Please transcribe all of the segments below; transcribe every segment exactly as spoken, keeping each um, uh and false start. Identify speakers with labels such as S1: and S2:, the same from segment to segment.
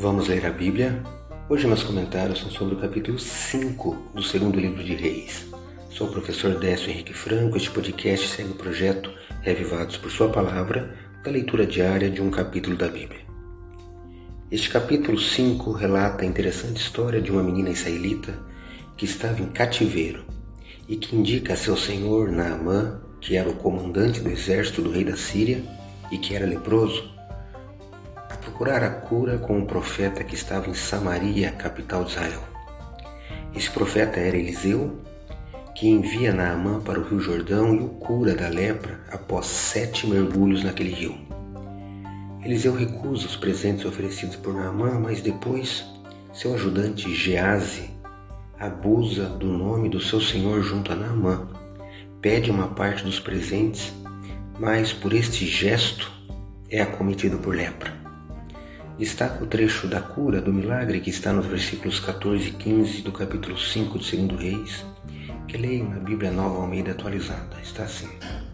S1: Vamos ler a Bíblia? Hoje meus comentários são sobre o capítulo cinco do segundo livro de Reis. Sou o professor Décio Henrique Franco. Este podcast segue o projeto Reavivados por Sua Palavra, da leitura diária de um capítulo da Bíblia. Este capítulo cinco relata a interessante história de uma menina israelita que estava em cativeiro e que indica a seu senhor Naamã, que era o comandante do exército do rei da Síria e que era leproso, a procurar a cura com um profeta que estava em Samaria, capital de Israel. Esse profeta era Eliseu, que envia Naamã para o rio Jordão e o cura da lepra após sete mergulhos naquele rio. Eliseu recusa os presentes oferecidos por Naamã, mas depois seu ajudante Geazi abusa do nome do seu senhor junto a Naamã, pede uma parte dos presentes, mas por este gesto é acometido por lepra. Destaca o trecho da cura, do milagre, que está nos versículos quatorze e quinze do capítulo cinco de segundo Reis, que leio na Bíblia Nova Almeida atualizada. Está assim: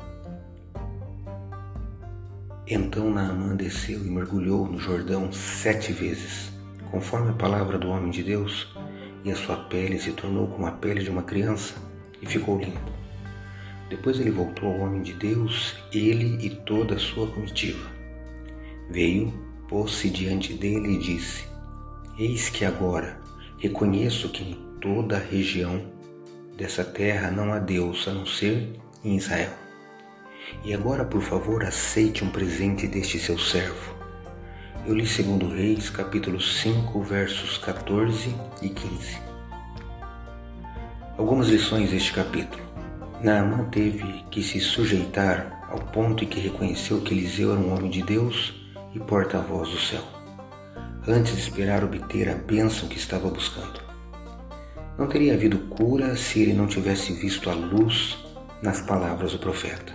S1: Então Naamã desceu e mergulhou no Jordão sete vezes, conforme a palavra do homem de Deus, e a sua pele se tornou como a pele de uma criança, e ficou limpo. Depois ele voltou ao homem de Deus, ele e toda a sua comitiva. Veio, pôs-se diante dele e disse: Eis que agora reconheço que em toda a região dessa terra não há Deus a não ser em Israel. E agora, por favor, aceite um presente deste seu servo. Eu li segundo Reis, capítulo cinco, versos quatorze e quinze. Algumas lições deste capítulo. Naamã teve que se sujeitar ao ponto em que reconheceu que Eliseu era um homem de Deus e porta-voz do céu, antes de esperar obter a bênção que estava buscando. Não teria havido cura se ele não tivesse visto a luz nas palavras do profeta.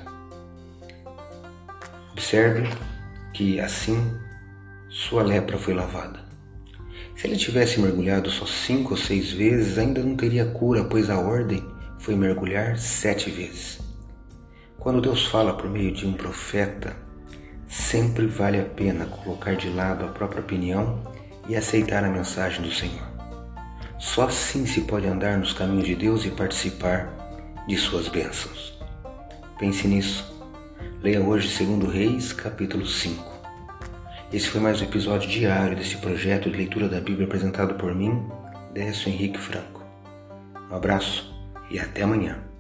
S1: Observe que assim sua lepra foi lavada. Se ele tivesse mergulhado só cinco ou seis vezes, ainda não teria cura, pois a ordem foi mergulhar sete vezes. Quando Deus fala por meio de um profeta, sempre vale a pena colocar de lado a própria opinião e aceitar a mensagem do Senhor. Só assim se pode andar nos caminhos de Deus e participar de suas bênçãos. Pense nisso. Leia hoje segundo Reis, capítulo cinco. Esse foi mais um episódio diário desse projeto de leitura da Bíblia apresentado por mim, Décio Henrique Franco. Um abraço e até amanhã.